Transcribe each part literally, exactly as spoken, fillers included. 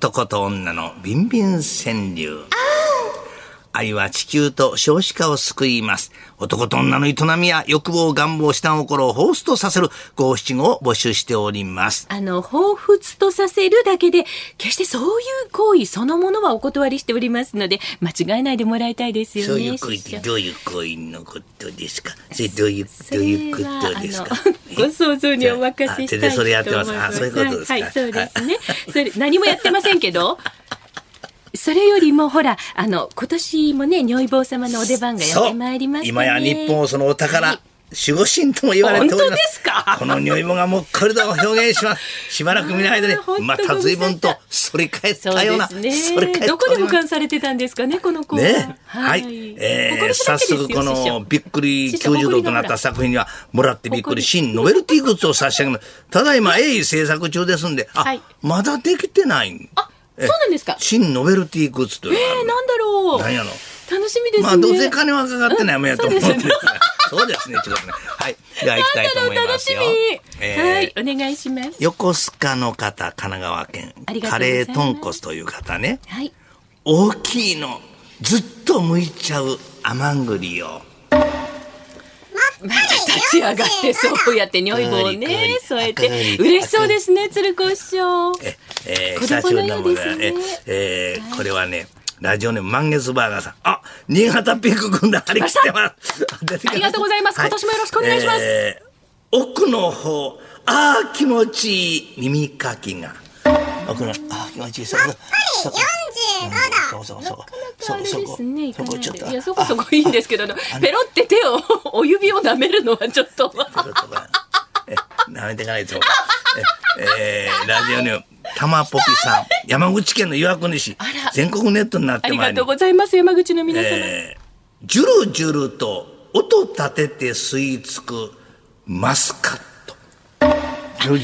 男と女のビンビン川柳。愛は地球と少子化を救います。男と女の営みや欲望、願望、下心を彷彿とさせる五七五を募集しております。 あの、彷彿とさせるだけで、決してそういう行為そのものはお断りしておりますので、間違えないでもらいたいですよね。 そういう行為ってどういう行為のことですか？それどういう、どういうことですか？ ご想像にお任せしたいと思います。 それやってます。あ、そういうことですか。 はい、はい、そうですね。それ、何もやってませんけど、それよりもほら、あの今年もね、如意棒様のお出番がやってまいりましたね。 今や日本をそのお宝、はい、守護神とも言われております。 本当ですか？ この如意棒がもっこりと表現します。しばらく見ない間にまた随分と反り返ったような。 そうですね。どこで保管されてたんですかね、この子は。 ね、はい、はい、えー、早速このびっくりきゅうじゅうどとなった作品にはもらってびっくり新ノベルティグッズを差し上げます。ただいま鋭意制作中ですんで、あ、はい、まだできてない。 あ、そうなんですか。 新ノベルティグッズというのがある。 えー、なんだろう。 なんやろ。 楽しみですね。 まあどうせ金はかかってないもんやと思うんですが、そうですね、ちょっとね。はい、では行きたいと思いますよ。 えー、はい、お願いします。 横須賀の方、神奈川県カレー豚骨という方ね。 はい。 大きいのずっと剥いちゃう甘栗を。 また立ち上がってそうやって如意棒をね添えて嬉しそうですね、鶴子師匠。 え、えー、久しぶりのもので、ね、え、えーはい、これはねラジオネーム満月バーガーさん。あ、新潟ピンク軍団張り切ってます。 ありがとうございます。今年もよろしくお願いします。はい、えー、奥の方、あー気持ちいい耳かきが。奥の、あー気持ちいい。そこ。 やっぱりよんじゅうごど。 そうそうそう。 そこそこ。そこちょっと。 いや、そこそこいいんですけど、ペロって手を、お指を舐めるのはちょっと。 え、舐めていかないと。えー、ラジオネーム。たまぽぴさん、山口県の岩国市、全国ネットになってまいります。 ありがとうございます、山口の皆様。 えー、ジュルジュルと音立てて吸い付くマスカット。汚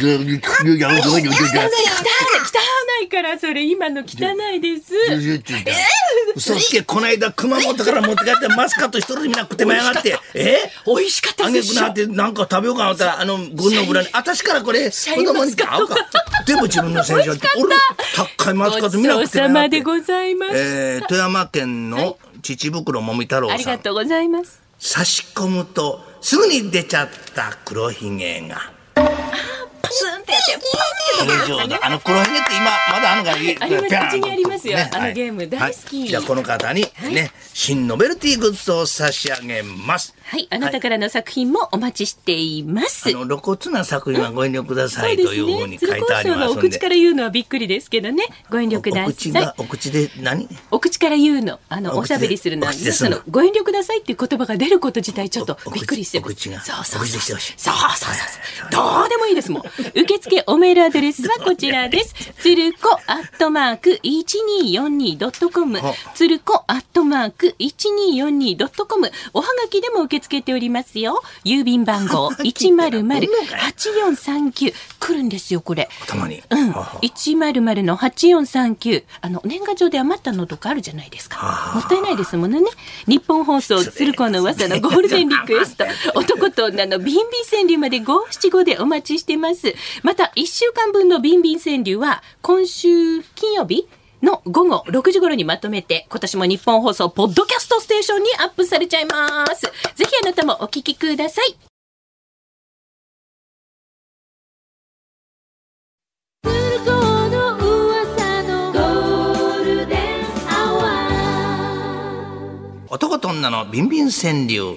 いからそれ今の汚いです。嘘つけ、この間熊本から持って帰ってマスカット一人でみんな食ってまやがって、え美味しかったです。 あげくなってなんか食べようかなったらあの軍の裏に私からこれ子供に買うか。でも自分の選手は俺高いマスカットみんな食ってまやがって。 ごちそうさまでございます。 えー、富山県の秩袋もみ太郎さん。 ありがとうございます。 差し込むとすぐに出ちゃった黒ひげが。 パスンってやってあの黒ひげって今まだあのがあります。うちにありますよ、ね、あのゲーム、はい、大好き。 じゃあこの方にね、はい、新ノベルティグッズを差し上げます。 はい、あなたからの作品もお待ちしています。 あの露骨な作品はご遠慮くださいというふうに書いてありますので、 のお口から言うのはびっくりですけどね、ご遠慮ください。 お口がお口で何？ お口から言うの、あのおしゃべりするのはそのご遠慮くださいっていう言葉が出ること自体ちょっとびっくりしてます。 お口がそうそうそうそうそうそうどうでもいいですもん。受付おメールアドレスはこちらです。つるこアットマークいちにーよんにードットコム、つるこアットマークいちにーよんにードットコム。おはがきでも受け付けておりますよ。郵便番号いちまるまるはちよんさんきゅう来るんですよこれ。 たまに。 うん。いちまるまるのはちよんさんきゅう。あの年賀状で余ったのとかあるじゃないですか。もったいないですもんね。日本放送つるこの噂のゴールデンリクエスト。男と女のビンビン川柳までごしちごでお待ちしてます。またいっしゅうかんぶんのビンビン川柳は今週金曜日の午後ろくじ頃にまとめて今年も日本放送ポッドキャストステーションにアップされちゃいます。ぜひあなたもお聞きください。 男と女のビンビン川柳。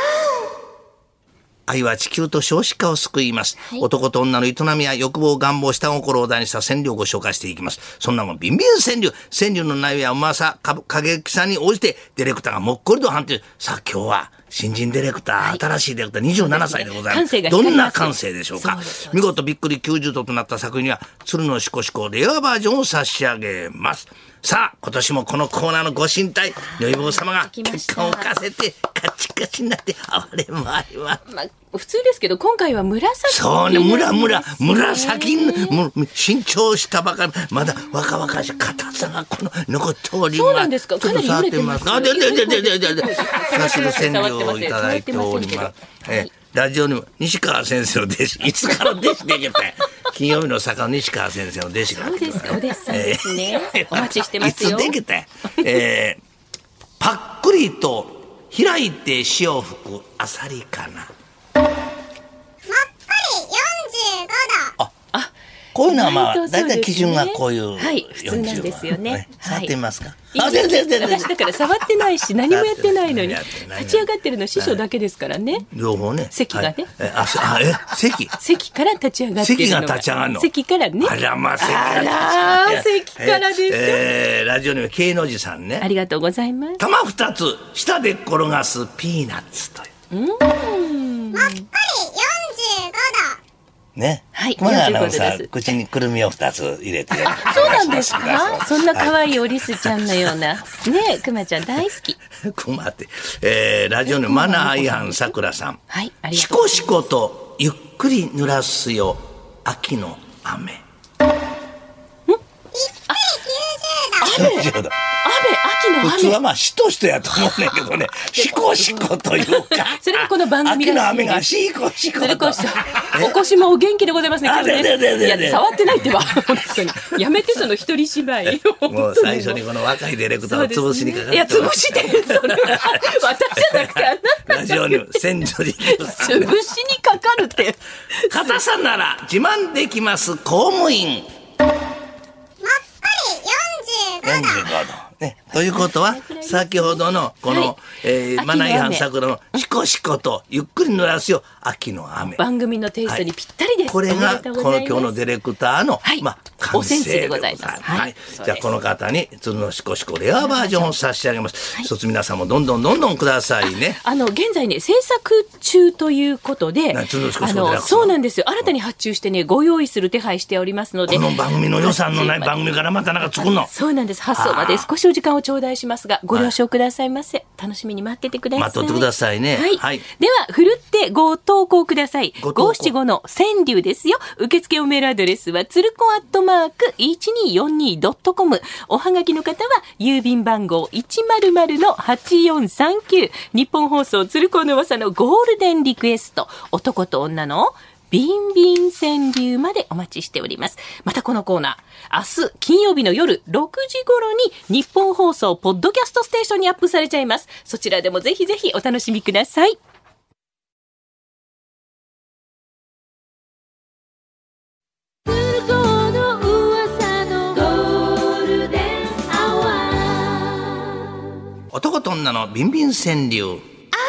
愛は地球と少子化を救います、はい、男と女の営みや欲望、願望、下心を題にした川柳をご紹介していきます。そんなもんビンビン川柳。川柳の内容やうまさ、過激さに応じてディレクターがもっこりと判定。さあ今日は新人ディレクター、はい、新しいディレクターにじゅうななさいでございます。どんな感性でしょうか。見事びっくりきゅうじゅうどとなった作品には鶴のしこしこレアバージョンを差し上げます。さあ今年もこのコーナーのご神体如意棒様が血管を浮かせてカチカチになって哀れまいわ、 まあ、普通ですけど今回は紫。 そうね、むらむら紫も新調したばかり、まだ若々しい硬さがこの残っております。 そうなんですか。かなり揺れてます。 あででででででで早速川柳をいただいております。えラジオにも西川先生の弟子、いつから弟子できた金曜日の坂の西川先生の弟子がそうですか、お弟子さんですね。お待ちしてますよ。 いつできたんえー、パックリと開いて潮吹くあさりかな。 もっこりよんじゅうごど。 あ、こういうのはまあ意外とそうですね大体基準がこういうはい普通なんですよねね触ってみますか。 いあ、全然全然私だから触ってないし何もやってないのにやってない立ち上がってるの師匠だけですからね。 両方ね。 席がねはいえあせあえ席。 席から立ち上がってるの席が立ち上がるの。 席からね。 あらまあ席あから立ち上がるら席からですよ。 えーラジオネーム慶の字さんね。 ありがとうございます。 玉二つ下で転がすピーナッツという。 うん。 もっこりよんじゅうごど。 ね。 はい熊谷アナウンサよんじゅうごどですー口にくるみを二つ入れて。 そうなんですか。そんな可愛いオリスちゃんのようなねえくまちゃん大好き。 熊って、えーラジオネームマナー違反さくらさん。 はいありがとう。 しこしことゆっくり濡らすよ秋の雨。きゅうじゅうど。 雨秋の雨。 普通はまあしとしとやと思うねんけどね、しこしこというか。 それはこの番組秋のらしい雨がしこしこそれと。 こそお腰もお元気でございますね。今日あででででね。 でいや触ってないってば本当にやめてその一人芝居。 もう最初にこの若いディレクターを潰しにかかっていや潰してるそれは私じゃなくてあなラジオネーム千住力さん。 潰しにかかるって。 硬さなら自慢できます公務員。 もっこりよんじゅうごど。 よんじゅうごど。ね、ということは先ほどのこの、 はいえー、 秋の雨マナー違反桜のしこしことゆっくり濡らすよ秋の雨。 番組のテイストにぴったりです。 これがおめでとうごこのざいます今日のディレクターの、 はいまあおセンスでご完成ざいますはい、 はいそうですじゃあこの方に鶴のしこしこレアバージョンを差し上げます。一つ皆さんもどんどんどんどんくださいね。 あの現在ね制作中ということで、 な鶴のしこあしこデラックスのそうなんですよ。新たに発注してねご用意する手配しておりますので、 この番組の予算のない番組からまたなんか作るの。 そうなんです。発送まで少しお時間を頂戴しますが、ご了承くださいませ。楽しみに待っててください。 待っとってくださいねはい。 はいでは、ふるってご投稿ください。 ご投稿ご七五の川柳ですよ。受付おメールアドレスは、つるこアットマーク いちにーよんにードットコム。おはがきの方は、郵便番号 いちまるまるのはちよんさんきゅう。日本放送つるこの噂のゴールデンリクエスト。男と女のビンビン川柳までお待ちしております。またこのコーナー、明日金曜日の夜ろくじ頃に日本放送ポッドキャストステーションにアップされちゃいます。そちらでもぜひぜひお楽しみください。 男と女のビンビン川柳。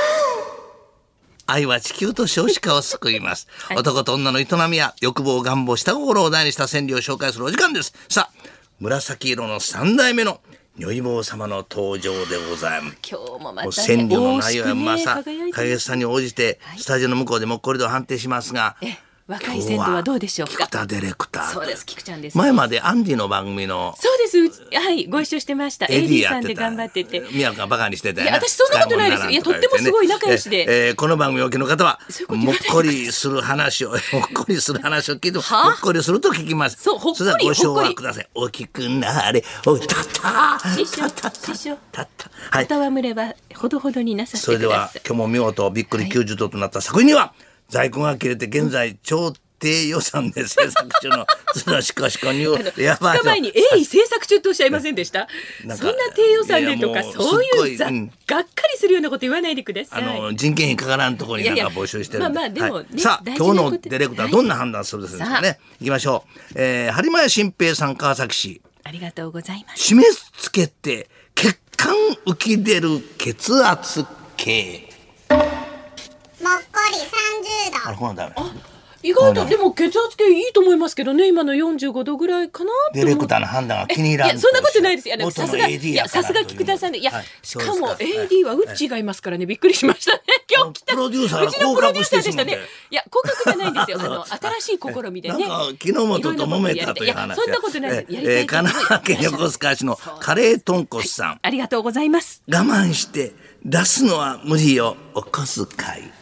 愛は地球と少子化を救います、 はい、 男と女の営みや欲望願望下心を題にした川柳を紹介するお時間です。さあ紫色の三代目の如意棒様の登場でございます。 今日もまた、ね、 川柳の内容やまさ影影さんに応じて、はい、スタジオの向こうでもっこりと判定しますが、 え若い川柳はどうでしょうか。 菊田ディレクター。 そうです、菊ちゃんです。 前までアンディの番組の。 そうです。はい、ご一緒してました。エーディー さんで頑張ってて。 宮がバカにしてたよ、 ね。いや、私そんなことないです。いや、とってもすごい仲良しで。 ええー、この番組おきの方は、もっこりする話を、もっこりする話を聞いても、もっこりすると聞きます。 そう、ほっこり。 それではご唱和ください。大きくなれ、おい、たった師匠、師匠。たった。はい。戯れはほどほどになさってください。 それでは、今日も見事びっくりきゅうじゅうどとなった作品には、在庫が切れて現在、超低予算で制作中の鶴のしこしこニューやばい。ふつかまえに鋭意制作中とおっしゃいませんでした。そんな低予算でとかそういうざ、うん、がっかりするようなこと言わないでください。 あの人件費かからんところになんか募集してるんで。 いやいやまあまあでもね、はい、 さあ今日のディレクターどんな判断するんですかね。はい、いきましょう。えー、播磨屋新平さん川崎市。 ありがとうございます。 締め付けて血管浮き出る血圧計。 もっこりさんじゅうど。 あれこんなんダメ。 意外とでも血圧計いいと思いますけどね。今のよんじゅうごどぐらいかな。 ディレクターの判断が気に入らん。 いやそんなことないですよ。さすがいやさすが菊田さんでいや、はい、しかも エーディー はウッチーがいますからね。びっくりしましたね。今日来たプロデューサーうちのプロデューサーでしたね。いや降格じゃないんですよ。あの新しい試みでね。 なんか木之本と揉めたという話。 そんなことないです。やりたい。神奈川県横須賀市のカレー豚骨さん、はい。 ありがとうございます。 我慢して出すのは無理よお小遣い。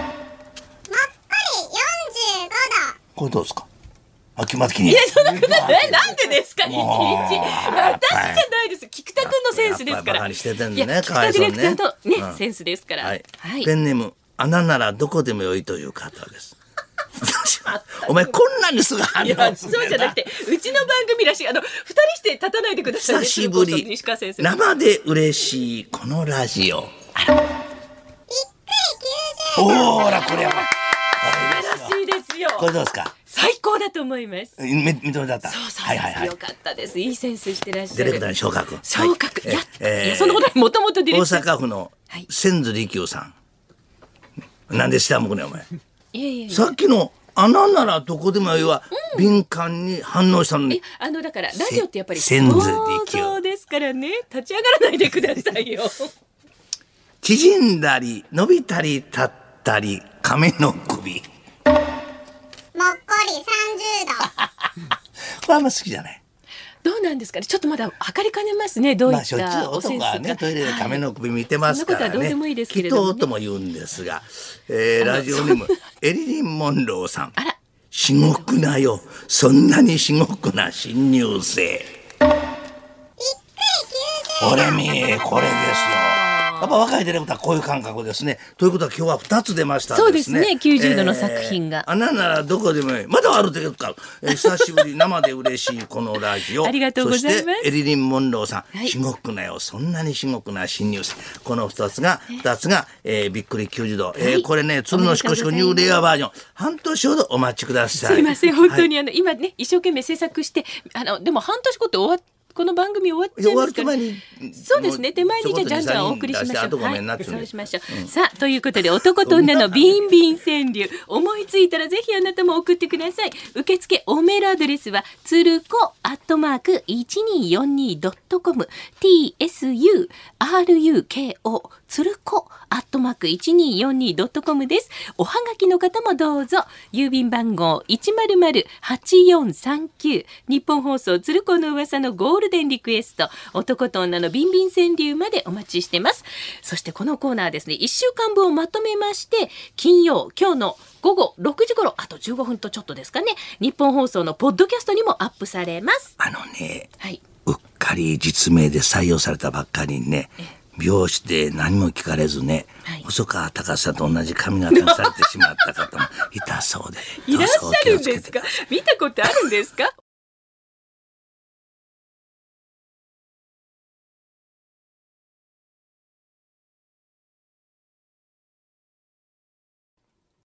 これどうですか。あ、決まってきに。 いや、そんなことない。なんでですか。いちいち。私じゃないです。菊田君のセンスですから。 バカにしててんね。 菊田ディレクターのね、センスですから。 はい。ペンネーム穴ならどこでもよいという方です。 しまう。お前こんなにすぐ反応いやすそうじゃなくてうちの番組らしいあの二人して立たないでくださいね。 久しぶり西川先生生で嬉しいこのラジオ。おーらこれやばい。 素晴らしいですよ。 これどうですか。 最高だと思います。 め認めだった。 そうそうそう、 はいはいはい。 よかったです。いいセンスしてらっしゃる。 ディレクターに昇格。 昇格、 はいやった、 えーいやそんなことない。もともとディレ大クター。 阪府の千鶴利休さん。なんで下向くねお前。 いやいやいや。 さっきの穴ならどこでもいいわ、敏感に反応したのに。 あのだからラジオってやっぱり千鶴利休想像ですからね。立ち上がらないでくださいよ。 縮んだり伸びたり立ったり亀の首。 もっこりさんじゅうど。 これあんま好きじゃない。 どうなんですかね。ちょっとまだ測りかねますね。どういっまあしょっちゅうたおセンスか。 男はねトイレで亀の首見てますからね。 そんなことはどうでもいいですけ祈れどもね祷とも言うんですが、えー、ラジオネームエリリン・モンローさん。 あら。 至極なよ、そんなに至極な新入生。これ見えこれですよ。やっぱ若いディレクターこういう感覚ですね。ということは今日はふたつ出ましたですね。 そうですねきゅうじゅうどの作品がえー、穴ならどこでもいい。まだあるディレクター、えー、久しぶり生で嬉しいこのラジオ。 ありがとうございます。 そしてエリリン・モンローさん、 はい至極なよ、そんなに至極な新入生。このふたつがふたつが、えー、びっくりきゅうじゅうど、えーはいこれね鶴のしこしこニューレアバージョン半年ほどお待ちください。 すいません本当はいにあの、今ね一生懸命制作してあのでも半年後って終わっこの番組終わっちゃいますから。 終わる手前にそうですね。手前にじゃあじゃんじゃんお送りしましょう。はい、そうしましょう。さあということで男と女のビンビン川柳思いついたらぜひあなたも送ってください。受付おメールアドレスはつるこアットマークいちにーよんにードットコム ティーエスユーアールユーケーオー つるこアットマークいちにーよんにードットコムです。おはがきの方もどうぞ。郵便番号いちまるまるはちよんさんきゅう日本放送鶴子の噂のゴールデンリクエスト男と女のビンビン川柳までお待ちしてます。そしてこのコーナーですねいっしゅうかんぶんをまとめまして金曜今日の午後ろくじ頃あとじゅうごふんとちょっとですかね日本放送のポッドキャストにもアップされます。 あのね、 はい、 うっかり実名で採用されたばっかりにね、美容師で何も聞かれずね、はい、細川たかしさんと同じ髪型にされてしまった方もいたそうでいらっしゃるんですか。見たことあるんですか。